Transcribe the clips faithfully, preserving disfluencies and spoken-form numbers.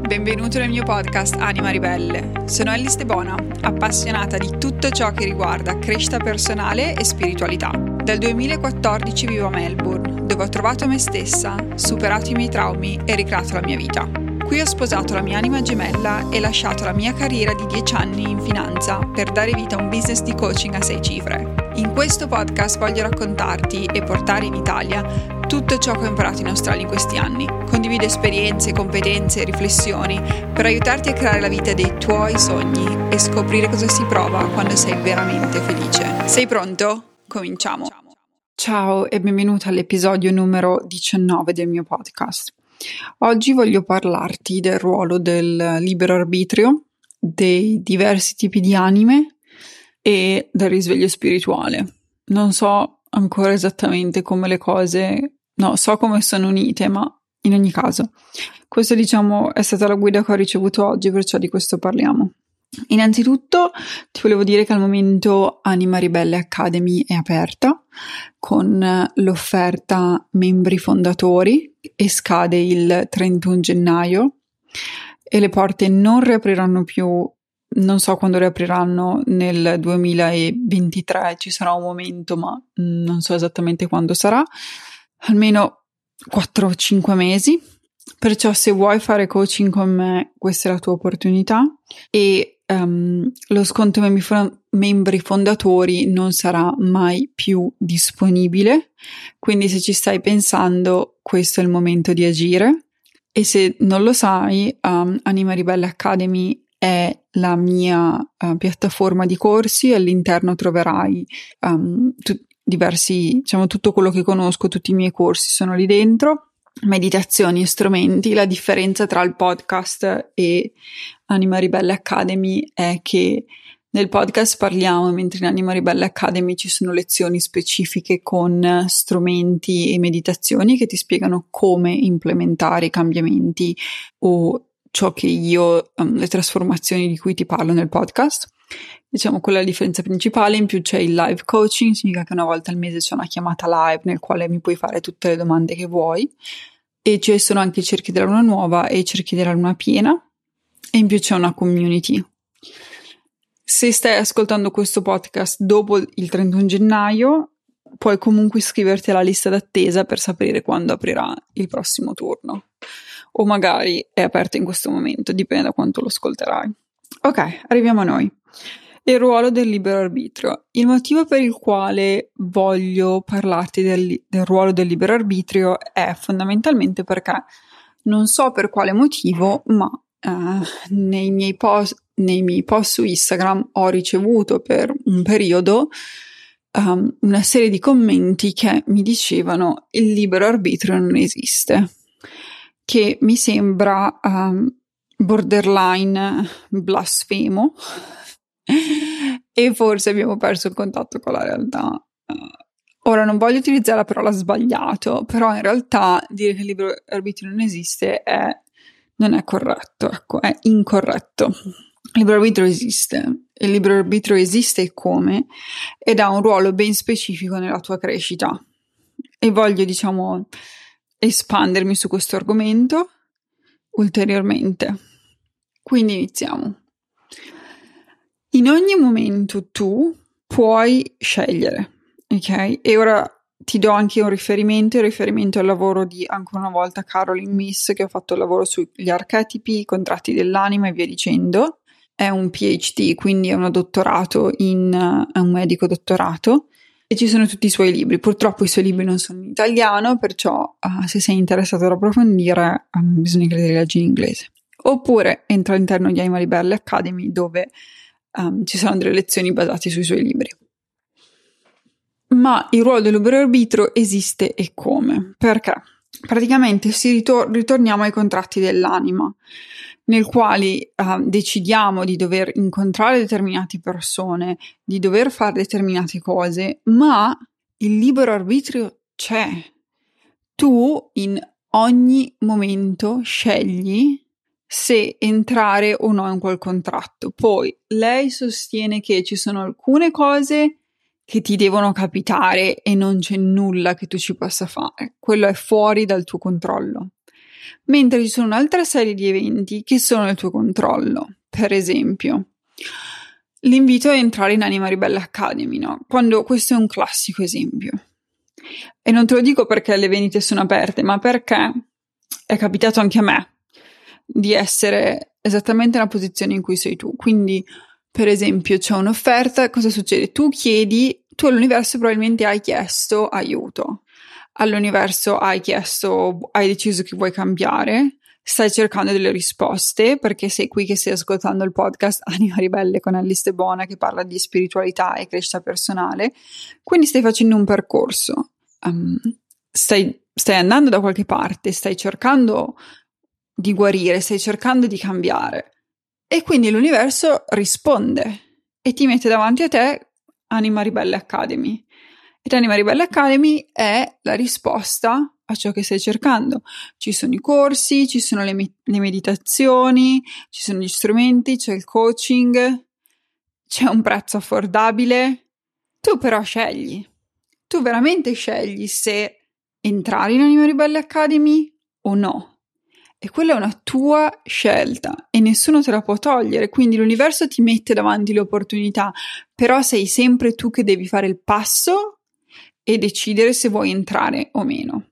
Benvenuto nel mio podcast Anima Ribelle. Sono Ellie Stebona, appassionata di tutto ciò che riguarda crescita personale e spiritualità. Dal duemilaquattordici vivo a Melbourne, dove ho trovato me stessa, superato i miei traumi e ricreato la mia vita. Qui ho sposato la mia anima gemella e lasciato la mia carriera di dieci anni in finanza per dare vita a un business di coaching a sei cifre. In questo podcast voglio raccontarti e portare in Italia tutto ciò che ho imparato in Australia in questi anni. Condivido esperienze, competenze e riflessioni per aiutarti a creare la vita dei tuoi sogni e scoprire cosa si prova quando sei veramente felice. Sei pronto? Cominciamo! Ciao e benvenuta all'episodio numero diciannove del mio podcast. Oggi voglio parlarti del ruolo del libero arbitrio, dei diversi tipi di anime e del risveglio spirituale. Non so ancora esattamente come le cose, no, so come sono unite, ma in ogni caso, questa diciamo è stata la guida che ho ricevuto oggi, perciò di questo parliamo. Innanzitutto ti volevo dire che al momento Anima Ribelle Academy è aperta con l'offerta membri fondatori e scade il trentuno gennaio e le porte non riapriranno più, non so quando riapriranno nel duemilaventitré, ci sarà un momento ma non so esattamente quando sarà, almeno quattro cinque mesi, perciò se vuoi fare coaching con me questa è la tua opportunità e Um, lo sconto membri, fon- membri fondatori non sarà mai più disponibile, quindi se ci stai pensando questo è il momento di agire. E se non lo sai, um, Anima Ribelle Academy è la mia uh, piattaforma di corsi, all'interno troverai um, tu- diversi, diciamo tutto quello che conosco, tutti i miei corsi sono lì dentro. Meditazioni e strumenti. La differenza tra il podcast e Anima Ribelle Academy è che nel podcast parliamo, mentre in Anima Ribelle Academy ci sono lezioni specifiche con strumenti e meditazioni che ti spiegano come implementare i cambiamenti o ciò che io, um, le trasformazioni di cui ti parlo nel podcast. Diciamo quella è la differenza principale. In più c'è il live coaching, significa che una volta al mese c'è una chiamata live nel quale mi puoi fare tutte le domande che vuoi, e ci sono anche i cerchi della luna nuova e i cerchi della luna piena, e in più c'è una community. Se stai ascoltando questo podcast dopo il trentuno gennaio puoi comunque iscriverti alla lista d'attesa per sapere quando aprirà il prossimo turno, o magari è aperto in questo momento, dipende da quanto lo ascolterai. Ok, arriviamo a noi. Il ruolo del libero arbitrio. Il motivo per il quale voglio parlarti del, del ruolo del libero arbitrio è fondamentalmente perché non so per quale motivo, ma eh, nei miei post, nei miei post su Instagram ho ricevuto per un periodo um, una serie di commenti che mi dicevano il libero arbitrio non esiste, che mi sembra um, borderline blasfemo. E forse abbiamo perso il contatto con la realtà. Ora non voglio utilizzare la parola sbagliato, però in realtà dire che il libero arbitrio non esiste è, non è corretto, ecco, è incorretto. Il libero arbitrio esiste, il libero arbitrio esiste e come, ed ha un ruolo ben specifico nella tua crescita. E voglio, diciamo, espandermi su questo argomento ulteriormente. Quindi iniziamo. In ogni momento tu puoi scegliere, ok? E ora ti do anche un riferimento, il riferimento al lavoro di, ancora una volta, Caroline Myss, che ha fatto il lavoro sugli archetipi, i contratti dell'anima e via dicendo. È un P H D, quindi è un dottorato in, è un medico dottorato, e ci sono tutti i suoi libri. Purtroppo i suoi libri non sono in italiano, perciò uh, se sei interessato ad approfondire um, bisogna che li leggi in inglese. Oppure entra all'interno di Anima Ribelle Academy, dove Um, ci saranno delle lezioni basate sui suoi libri. Ma il ruolo del libero arbitrio esiste e come? Perché praticamente si ritor- ritorniamo ai contratti dell'anima, nel quali uh, decidiamo di dover incontrare determinate persone, di dover fare determinate cose, ma il libero arbitrio c'è. Tu in ogni momento scegli se entrare o no in quel contratto. Poi lei sostiene che ci sono alcune cose che ti devono capitare e non c'è nulla che tu ci possa fare. Quello è fuori dal tuo controllo. mentre ci sono un'altra serie di eventi che sono nel tuo controllo. Per esempio, l'invito a entrare in Anima Ribelle Academy, no? Quando questo è un classico esempio. E non te lo dico perché le vendite sono aperte, ma perché è capitato anche a me di essere esattamente nella posizione in cui sei tu. Quindi, per esempio, c'è un'offerta, cosa succede? Tu chiedi, tu all'universo probabilmente hai chiesto aiuto, all'universo hai chiesto, hai deciso che vuoi cambiare, stai cercando delle risposte, perché sei qui che stai ascoltando il podcast Anima Ribelle con Alice De Bona, che parla di spiritualità e crescita personale, quindi stai facendo un percorso, um, stai, stai andando da qualche parte, stai cercando di guarire, stai cercando di cambiare, e quindi l'universo risponde e ti mette davanti a te Anima Ribelle Academy. Ed Anima Ribelle Academy è la risposta a ciò che stai cercando. Ci sono i corsi, ci sono le, me- le meditazioni, ci sono gli strumenti, c'è il coaching, c'è un prezzo affordabile. Tu però scegli. Tu veramente scegli se entrare in Anima Ribelle Academy o no. E quella è una tua scelta e nessuno te la può togliere, quindi l'universo ti mette davanti le opportunità, però sei sempre tu che devi fare il passo e decidere se vuoi entrare o meno.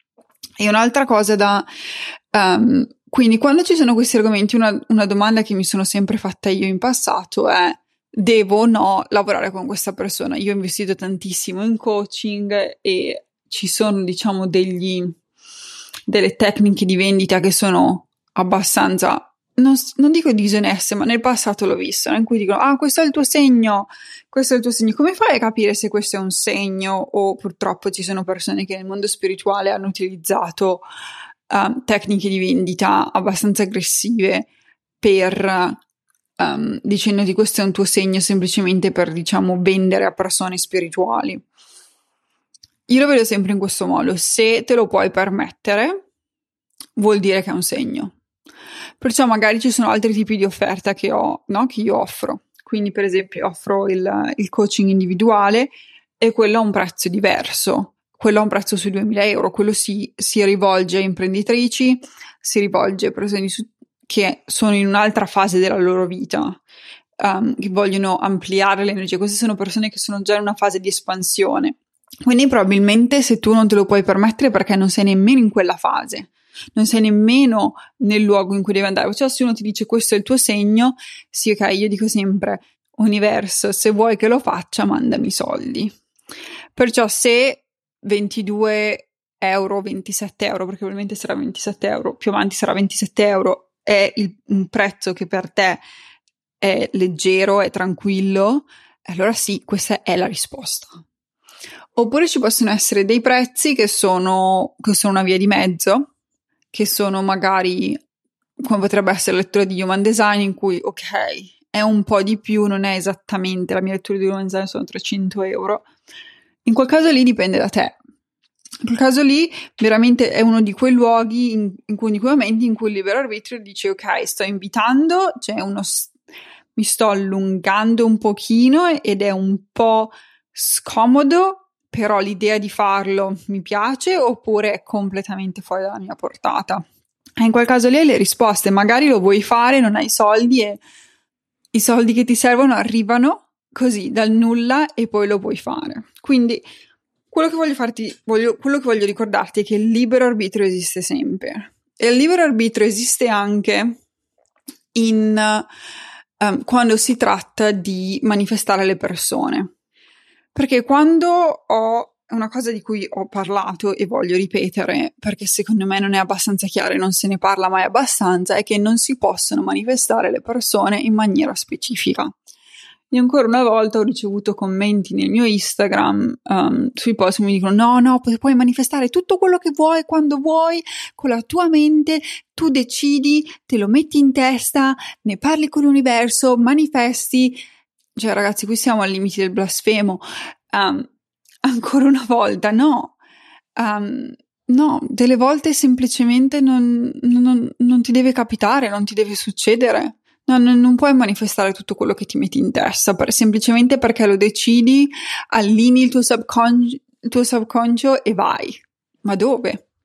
E un'altra cosa da... Um, quindi quando ci sono questi argomenti, una, una domanda che mi sono sempre fatta io in passato è: devo o no lavorare con questa persona? Io ho investito tantissimo in coaching e ci sono, diciamo, degli... delle tecniche di vendita che sono abbastanza, non, non dico disoneste, ma nel passato l'ho visto, no? In cui dicono: ah, questo è il tuo segno, questo è il tuo segno. Come fai a capire se questo è un segno? O purtroppo ci sono persone che nel mondo spirituale hanno utilizzato um, tecniche di vendita abbastanza aggressive per um, dicendoti questo è un tuo segno semplicemente per, diciamo, vendere a persone spirituali. Io lo vedo sempre in questo modo: se te lo puoi permettere, vuol dire che è un segno. Perciò magari ci sono altri tipi di offerta che ho, no? Che io offro. Quindi, per esempio, offro il, il coaching individuale e quello ha un prezzo diverso. Quello ha un prezzo sui duemila euro. Quello si, si rivolge a imprenditrici, si rivolge a persone su, che sono in un'altra fase della loro vita, um, che vogliono ampliare l'energia. Queste sono persone che sono già in una fase di espansione. Quindi probabilmente se tu non te lo puoi permettere perché non sei nemmeno in quella fase, non sei nemmeno nel luogo in cui devi andare. Cioè, se uno ti dice questo è il tuo segno, sì, ok, io dico sempre: universo, se vuoi che lo faccia, mandami i soldi. Perciò se ventidue euro, ventisette euro, perché probabilmente sarà ventisette euro, più avanti sarà ventisette euro, è il, un prezzo che per te è leggero, è tranquillo, allora sì, questa è la risposta. Oppure ci possono essere dei prezzi che sono, che sono una via di mezzo, che sono magari, come potrebbe essere la lettura di Human Design, in cui, ok, è un po' di più, non è esattamente, la mia lettura di Human Design sono trecento euro. In quel caso lì dipende da te. In quel caso lì veramente è uno di quei luoghi, in, in cui, di quei momenti in cui il libero arbitrio dice: ok, sto invitando, cioè uno, mi sto allungando un pochino ed è un po' scomodo, però l'idea di farlo mi piace, oppure è completamente fuori dalla mia portata. E in quel caso lì hai le risposte. Magari lo vuoi fare, non hai soldi e i soldi che ti servono arrivano così dal nulla e poi lo puoi fare. Quindi quello che voglio farti, voglio, quello che voglio ricordarti è che il libero arbitrio esiste sempre. E il libero arbitrio esiste anche in um, quando si tratta di manifestare le persone. Perché quando ho una cosa di cui ho parlato e voglio ripetere, perché secondo me non è abbastanza chiaro e non se ne parla mai abbastanza, è che non si possono manifestare le persone in maniera specifica. Io ancora una volta ho ricevuto commenti nel mio Instagram um, sui post che mi dicono: no, no, puoi manifestare tutto quello che vuoi, quando vuoi, con la tua mente, tu decidi, te lo metti in testa, ne parli con l'universo, manifesti. Cioè, ragazzi, qui siamo al limite del blasfemo. Um, ancora una volta, no. Um, no, delle volte semplicemente non, non, non ti deve capitare, non ti deve succedere. No, non, non puoi manifestare tutto quello che ti metti in testa, per, semplicemente perché lo decidi, allinei il tuo, subconscio, il tuo subconscio e vai. Ma dove?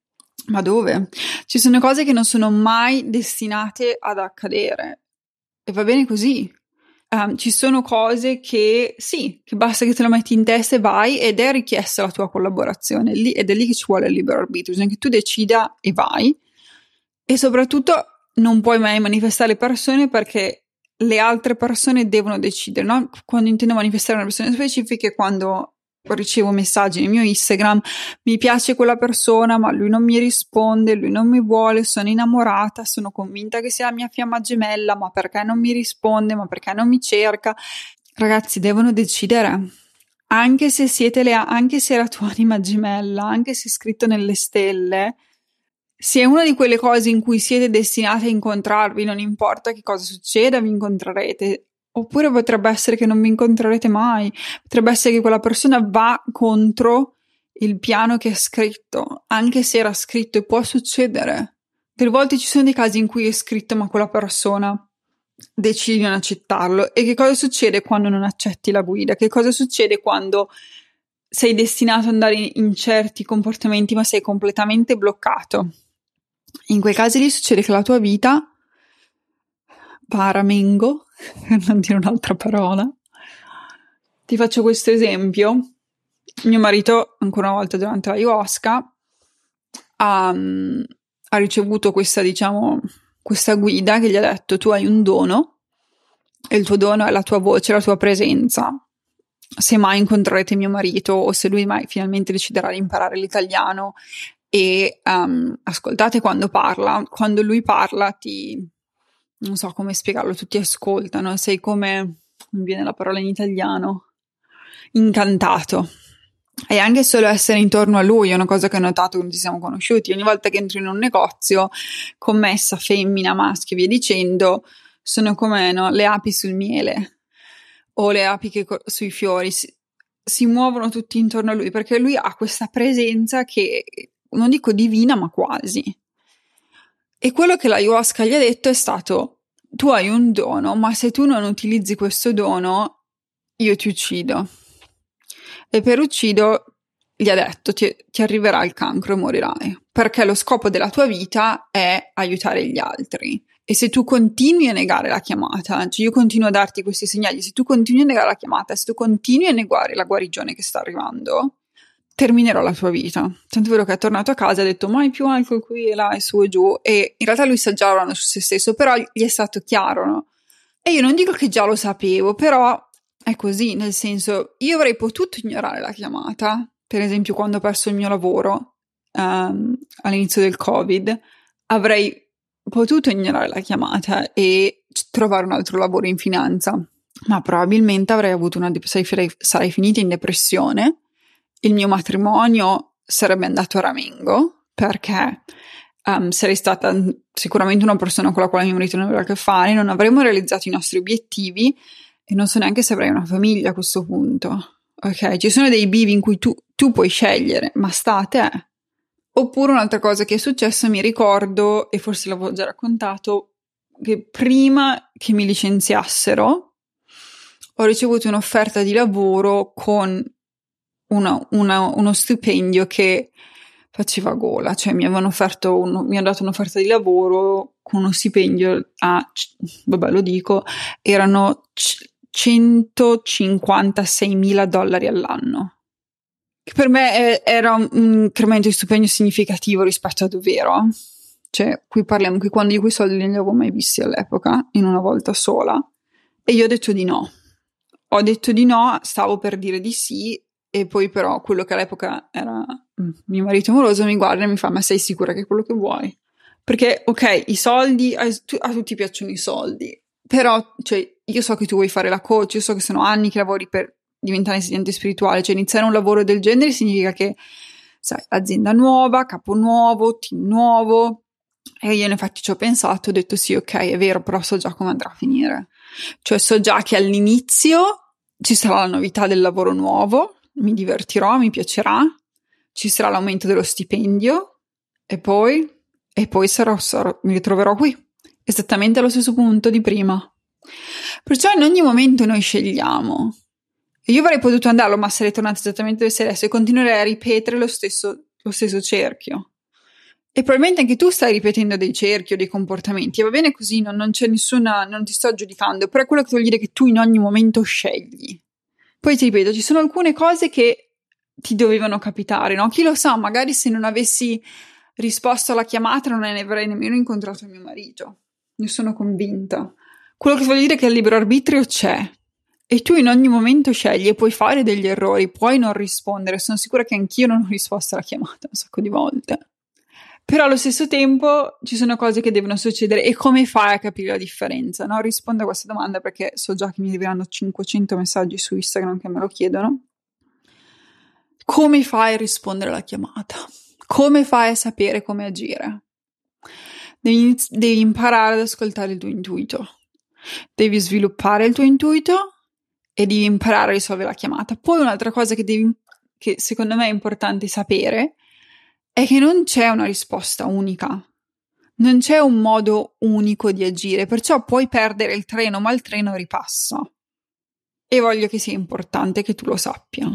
Ma dove? Ci sono cose che non sono mai destinate ad accadere e va bene così. Um, ci sono cose che sì, che basta che te lo metti in testa e vai, ed è richiesta la tua collaborazione lì, ed è lì che ci vuole il libero arbitrio, bisogna che tu decida e vai. E soprattutto non puoi mai manifestare le persone, perché le altre persone devono decidere, no? Quando intendo manifestare una persona specifica è quando ricevo messaggi nel mio Instagram: mi piace quella persona ma lui non mi risponde, lui non mi vuole, sono innamorata, sono convinta che sia la mia fiamma gemella, ma perché non mi risponde, ma perché non mi cerca. Ragazzi, devono decidere, anche se siete le, anche se è la tua anima gemella, anche se è scritto nelle stelle, se è una di quelle cose in cui siete destinati a incontrarvi, non importa che cosa succeda, vi incontrerete. Oppure potrebbe essere che non vi incontrerete mai, potrebbe essere che quella persona va contro il piano che è scritto, anche se era scritto, e può succedere. Per volte ci sono dei casi in cui è scritto ma quella persona decide di non accettarlo. E che cosa succede quando non accetti la guida? Che cosa succede quando sei destinato ad andare in certi comportamenti ma sei completamente bloccato? In quei casi lì succede che la tua vita paramengo, per non dire un'altra parola. Ti faccio questo esempio. Mio marito, ancora una volta durante l'ayahuasca, ha, ha ricevuto questa, diciamo, questa guida che gli ha detto: tu hai un dono, e il tuo dono è la tua voce, la tua presenza. Se mai incontrerete mio marito, o se lui mai finalmente deciderà di imparare l'italiano, e um, ascoltate quando parla, quando lui parla ti... non so come spiegarlo, tutti ascoltano, sei come, non viene la parola in italiano, incantato. E anche solo essere intorno a lui è una cosa che ho notato quando ci siamo conosciuti. Ogni volta che entro in un negozio, commessa, femmina, maschio, via dicendo, sono come, no, le api sul miele o le api che co- sui fiori, si, si muovono tutti intorno a lui, perché lui ha questa presenza che, non dico divina, ma quasi. E quello che l'ayahuasca gli ha detto è stato: tu hai un dono, ma se tu non utilizzi questo dono, io ti uccido. E per uccido gli ha detto: ti, ti arriverà il cancro e morirai, perché lo scopo della tua vita è aiutare gli altri. E se tu continui a negare la chiamata, cioè io continuo a darti questi segnali, se tu continui a negare la chiamata, se tu continui a negare la guarigione che sta arrivando, terminerò la tua vita. Tanto è vero che è tornato a casa e ha detto: mai più alcol qui e là e su e giù. E in realtà lui sa già su se stesso, però gli è stato chiaro, no? E io non dico che già lo sapevo, però è così, nel senso, io avrei potuto ignorare la chiamata. Per esempio, quando ho perso il mio lavoro um, all'inizio del Covid, avrei potuto ignorare la chiamata e trovare un altro lavoro in finanza, ma probabilmente avrei avuto una dep- sarei, sarei finita in depressione. Il mio matrimonio sarebbe andato a ramengo, perché um, sarei stata sicuramente una persona con la quale mio marito non aveva a che fare, non avremmo realizzato i nostri obiettivi e non so neanche se avrei una famiglia a questo punto. Ok, ci sono dei bivi in cui tu, tu puoi scegliere, ma sta a te. Oppure un'altra cosa che è successa, mi ricordo, e forse l'avevo già raccontato, che prima che mi licenziassero ho ricevuto un'offerta di lavoro con Una, una, uno stipendio che faceva gola, cioè mi avevano offerto uno, mi hanno dato un'offerta di lavoro con uno stipendio a, vabbè lo dico, erano centocinquantaseimila dollari all'anno, che per me era un incremento di stipendio significativo rispetto a dov'ero. Cioè, qui parliamo che quando io quei soldi non li avevo mai visti all'epoca, in una volta sola, e io ho detto di no. Ho detto di no, stavo per dire di sì. E poi però quello che all'epoca era mio marito amoroso mi guarda e mi fa: ma sei sicura che è quello che vuoi? Perché ok, i soldi, a, a tutti piacciono i soldi, però cioè, io so che tu vuoi fare la coach, io so che sono anni che lavori per diventare insegnante spirituale, cioè iniziare un lavoro del genere significa che, sai, azienda nuova, capo nuovo, team nuovo. E io infatti ci ho pensato, ho detto sì, ok, è vero, però so già come andrà a finire. Cioè so già che all'inizio ci sarà la novità del lavoro nuovo, mi divertirò, mi piacerà, ci sarà l'aumento dello stipendio e poi, e poi sarò, sarò, mi ritroverò qui, esattamente allo stesso punto di prima. Perciò in ogni momento noi scegliamo. Io avrei potuto andarlo, ma sarei tornata esattamente dove sei adesso e continuerei a ripetere lo stesso, lo stesso cerchio. E probabilmente anche tu stai ripetendo dei cerchi o dei comportamenti, e va bene così, non, non c'è nessuna, non ti sto giudicando, però è quello che vuol dire che tu in ogni momento scegli. Poi ti ripeto, ci sono alcune cose che ti dovevano capitare, no? Chi lo sa, magari se non avessi risposto alla chiamata non ne avrei nemmeno incontrato mio marito, ne sono convinta. Quello che vuol dire è che il libero arbitrio c'è, e tu in ogni momento scegli e puoi fare degli errori, puoi non rispondere. Sono sicura che anch'io non ho risposto alla chiamata un sacco di volte. Però allo stesso tempo ci sono cose che devono succedere, e come fai a capire la differenza? No? Rispondo a questa domanda perché so già che mi arriveranno cinquecento messaggi su Instagram che me lo chiedono. Come fai a rispondere alla chiamata? Come fai a sapere come agire? Devi, devi imparare ad ascoltare il tuo intuito. Devi sviluppare il tuo intuito e devi imparare a risolvere la chiamata. Poi un'altra cosa che, devi, che secondo me è importante sapere è che non c'è una risposta unica, non c'è un modo unico di agire, perciò puoi perdere il treno, ma il treno ripassa. E voglio che sia importante che tu lo sappia.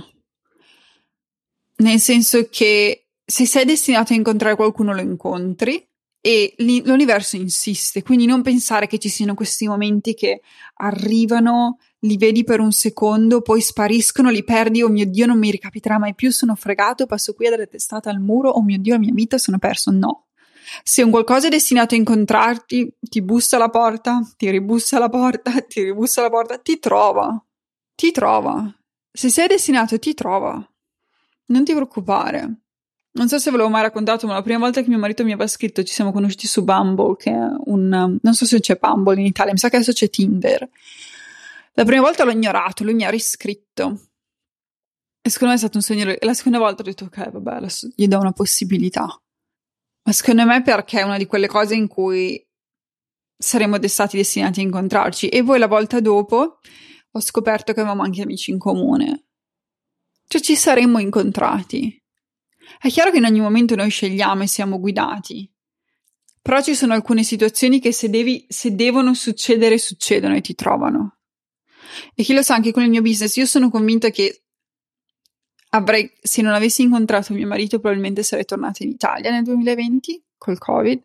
Nel senso che se sei destinato a incontrare qualcuno, lo incontri, e l'universo insiste, quindi non pensare che ci siano questi momenti che arrivano, li vedi per un secondo, poi spariscono, li perdi, oh mio Dio non mi ricapiterà mai più, sono fregato, passo qui a dare testata al muro, oh mio Dio la mia vita sono perso. No, se un qualcosa è destinato a incontrarti, ti bussa alla porta, ti ribussa alla porta, ti ribussa alla porta, ti trova, ti trova, se sei destinato ti trova, non ti preoccupare. Non so se ve l'avevo mai raccontato, ma la prima volta che mio marito mi aveva scritto, ci siamo conosciuti su Bumble, che è un... non so se c'è Bumble in Italia, mi sa che adesso c'è Tinder. La prima volta l'ho ignorato, lui mi ha riscritto. E secondo me è stato un sogno. E la seconda volta ho detto, ok, vabbè, adesso gli do una possibilità. Ma secondo me perché è una di quelle cose in cui saremmo stati destinati a incontrarci. E poi la volta dopo ho scoperto che avevamo anche amici in comune. Cioè ci saremmo incontrati. È chiaro che in ogni momento noi scegliamo e siamo guidati, però ci sono alcune situazioni che se, devi, se devono succedere, succedono e ti trovano. E chi lo sa, anche con il mio business, io sono convinta che avrei, se non avessi incontrato mio marito, probabilmente sarei tornata in Italia nel duemilaventi, col Covid,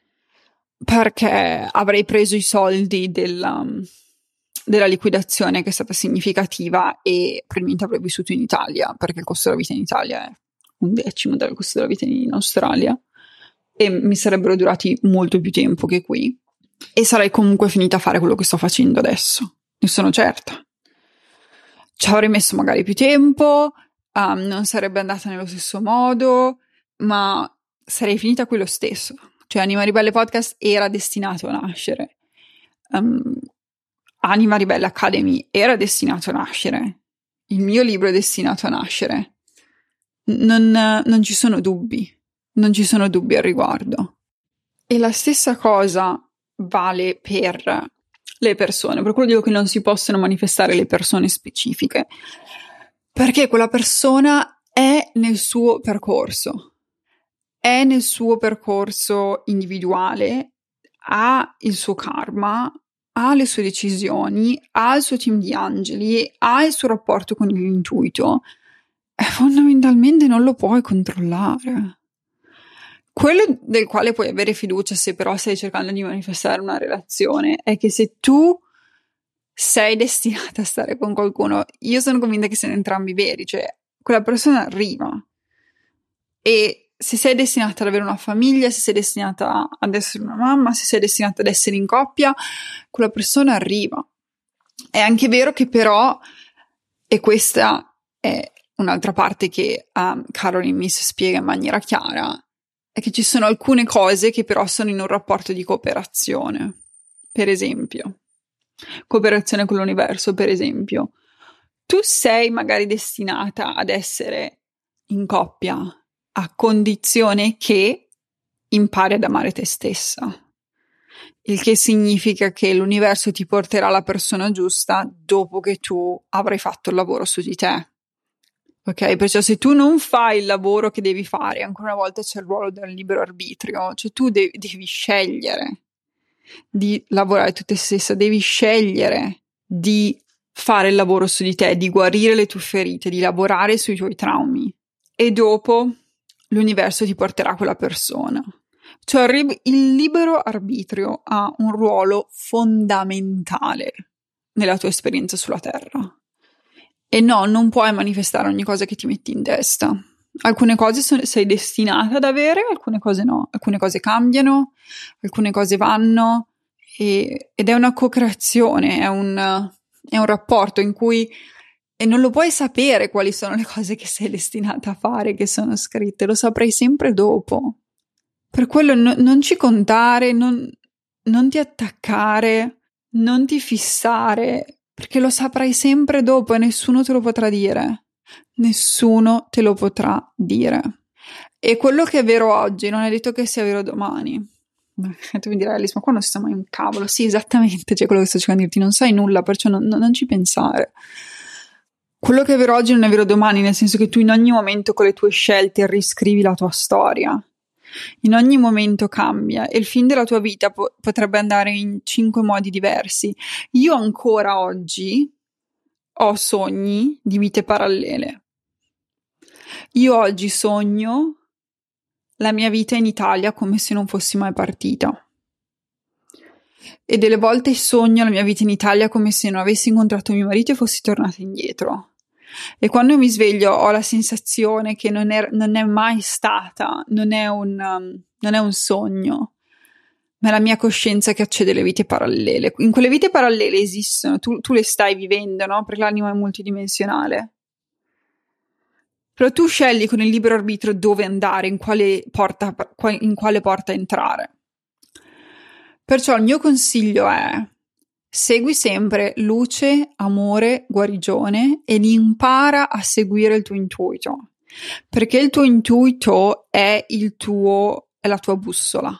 perché avrei preso i soldi della, della liquidazione, che è stata significativa, e probabilmente avrei vissuto in Italia, perché il costo della vita in Italia è un decimo del costo della vita in Australia, e mi sarebbero durati molto più tempo che qui, e sarei comunque finita a fare quello che sto facendo adesso, ne sono certa. Ci avrei messo magari più tempo, um, non sarebbe andata nello stesso modo, ma sarei finita qui lo stesso. Cioè Anima Ribelle Podcast era destinato a nascere, um, Anima Ribelle Academy era destinato a nascere, il mio libro è destinato a nascere. Non, non ci sono dubbi, non ci sono dubbi al riguardo. E la stessa cosa vale per le persone, per quello dico che non si possono manifestare le persone specifiche, perché quella persona è nel suo percorso, è nel suo percorso individuale, ha il suo karma, ha le sue decisioni, ha il suo team di angeli, ha il suo rapporto con l'intuito. Fondamentalmente non lo puoi controllare. Quello del quale puoi avere fiducia, se però stai cercando di manifestare una relazione, è che se tu sei destinata a stare con qualcuno, io sono convinta che siano entrambi veri, cioè quella persona arriva, e se sei destinata ad avere una famiglia, se sei destinata ad essere una mamma, se sei destinata ad essere in coppia, quella persona arriva. È anche vero che però, e questa è un'altra parte che um, Caroline Myss spiega in maniera chiara, è che ci sono alcune cose che però sono in un rapporto di cooperazione. Per esempio, cooperazione con l'universo, per esempio. Tu sei magari destinata ad essere in coppia a condizione che impari ad amare te stessa. Il che significa che l'universo ti porterà la persona giusta dopo che tu avrai fatto il lavoro su di te. Ok, perciò se tu non fai il lavoro che devi fare, ancora una volta c'è il ruolo del libero arbitrio, cioè tu devi, devi scegliere di lavorare su te stessa, devi scegliere di fare il lavoro su di te, di guarire le tue ferite, di lavorare sui tuoi traumi, e dopo l'universo ti porterà quella persona. Cioè il libero arbitrio ha un ruolo fondamentale nella tua esperienza sulla Terra. E no, non puoi manifestare ogni cosa che ti metti in testa. Alcune cose so- sei destinata ad avere, alcune cose no. Alcune cose cambiano, alcune cose vanno. E, ed è una co-creazione, è un, è un rapporto in cui e non lo puoi sapere quali sono le cose che sei destinata a fare, che sono scritte, lo saprai sempre dopo. Per quello no, non ci contare, non, non ti attaccare, non ti fissare, perché lo saprai sempre dopo e nessuno te lo potrà dire. Nessuno te lo potrà dire. E quello che è vero oggi non è detto che sia vero domani. Tu mi dirai, Alice, ma qua non si sa mai un cavolo. Sì, esattamente, cioè quello che sto cercando di dirti, non sai nulla, perciò non, non, non ci pensare. Quello che è vero oggi non è vero domani, nel senso che tu in ogni momento con le tue scelte riscrivi la tua storia. In ogni momento cambia e il film della tua vita po- potrebbe andare in cinque modi diversi. Io ancora oggi ho sogni di vite parallele. Io oggi sogno la mia vita in Italia come se non fossi mai partita. E delle volte sogno la mia vita in Italia come se non avessi incontrato mio marito e fossi tornata indietro. E quando mi sveglio ho la sensazione che non è, non è mai stata, non è, un, um, non è un sogno, ma è la mia coscienza che accede alle vite parallele. In quelle vite parallele esistono, tu, tu le stai vivendo, no? Perché l'anima è multidimensionale. Però tu scegli con il libero arbitrio dove andare, in quale porta, in quale porta entrare. Perciò il mio consiglio è: segui sempre luce, amore, guarigione ed impara a seguire il tuo intuito, perché il tuo intuito è il tuo, è la tua bussola.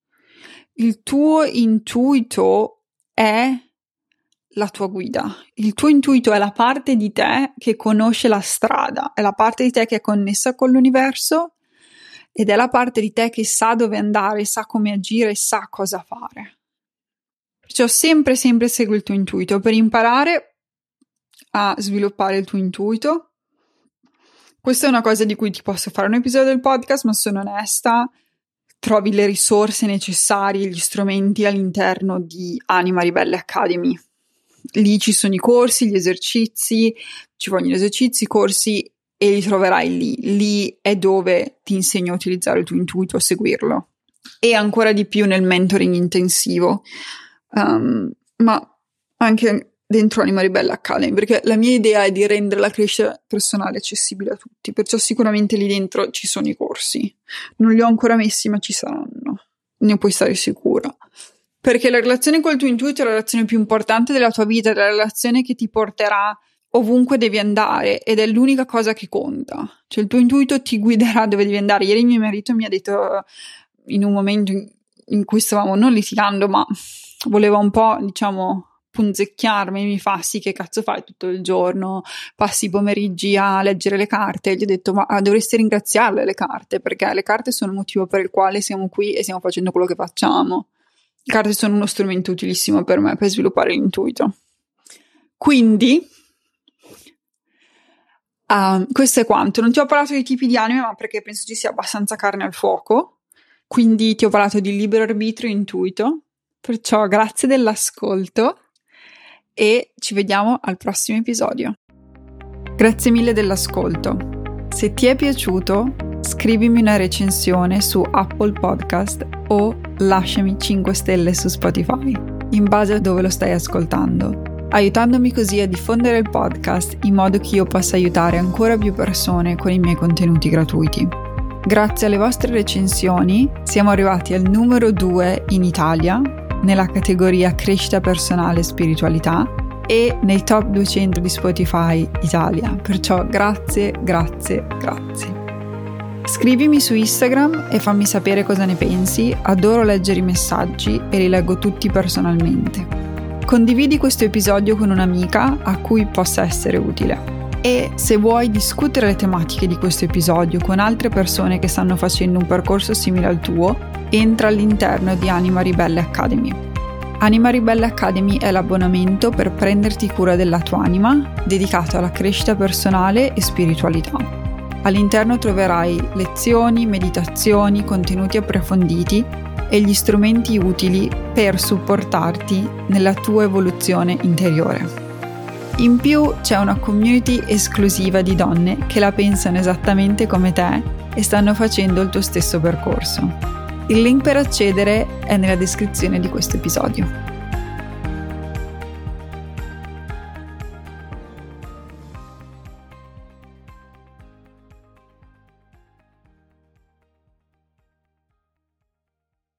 Il tuo intuito è la tua guida. Il tuo intuito è la parte di te che conosce la strada, è la parte di te che è connessa con l'universo ed è la parte di te che sa dove andare, sa come agire, sa cosa fare. Perciò sempre, sempre segui il tuo intuito per imparare a sviluppare il tuo intuito. Questa è una cosa di cui ti posso fare un episodio del podcast, ma sono onesta, trovi le risorse necessarie, gli strumenti all'interno di Anima Ribelle Academy. Lì ci sono i corsi, gli esercizi, ci vogliono gli esercizi, i corsi e li troverai lì. Lì è dove ti insegno a utilizzare il tuo intuito, a seguirlo. E ancora di più nel mentoring intensivo. Um, ma anche dentro Anima Ribelle Academy, perché la mia idea è di rendere la crescita personale accessibile a tutti, perciò sicuramente lì dentro ci sono i corsi. Non li ho ancora messi, ma ci saranno, ne puoi stare sicura, perché la relazione col tuo intuito è la relazione più importante della tua vita, è la relazione che ti porterà ovunque devi andare ed è l'unica cosa che conta. Cioè il tuo intuito ti guiderà dove devi andare. Ieri mio marito mi ha detto, in un momento in, in cui stavamo non litigando, ma voleva un po', diciamo, punzecchiarmi, mi fa: sì, che cazzo fai tutto il giorno? Passi i pomeriggi a leggere le carte? E gli ho detto: ma dovresti ringraziarle le carte, perché le carte sono il motivo per il quale siamo qui e stiamo facendo quello che facciamo. Le carte sono uno strumento utilissimo per me per sviluppare l'intuito. Quindi uh, questo è quanto. Non ti ho parlato dei tipi di anime, ma perché penso ci sia abbastanza carne al fuoco. Quindi ti ho parlato di libero arbitrio e intuito. Perciò grazie dell'ascolto e ci vediamo al prossimo episodio. Grazie mille dell'ascolto. Se ti è piaciuto, scrivimi una recensione su Apple Podcast o lasciami cinque stelle su Spotify, in base a dove lo stai ascoltando, aiutandomi così a diffondere il podcast in modo che io possa aiutare ancora più persone con i miei contenuti gratuiti. Grazie alle vostre recensioni siamo arrivati al numero due in Italia nella categoria crescita personale e spiritualità e nei top duecento di Spotify Italia. Perciò grazie, grazie, grazie. Scrivimi su Instagram e fammi sapere cosa ne pensi. Adoro leggere i messaggi e li leggo tutti personalmente. Condividi questo episodio con un'amica a cui possa essere utile. E se vuoi discutere le tematiche di questo episodio con altre persone che stanno facendo un percorso simile al tuo, entra all'interno di Anima Ribelle Academy. Anima Ribelle Academy è l'abbonamento per prenderti cura della tua anima, dedicato alla crescita personale e spiritualità. All'interno troverai lezioni, meditazioni, contenuti approfonditi e gli strumenti utili per supportarti nella tua evoluzione interiore. In più c'è una community esclusiva di donne che la pensano esattamente come te e stanno facendo il tuo stesso percorso. Il link per accedere è nella descrizione di questo episodio.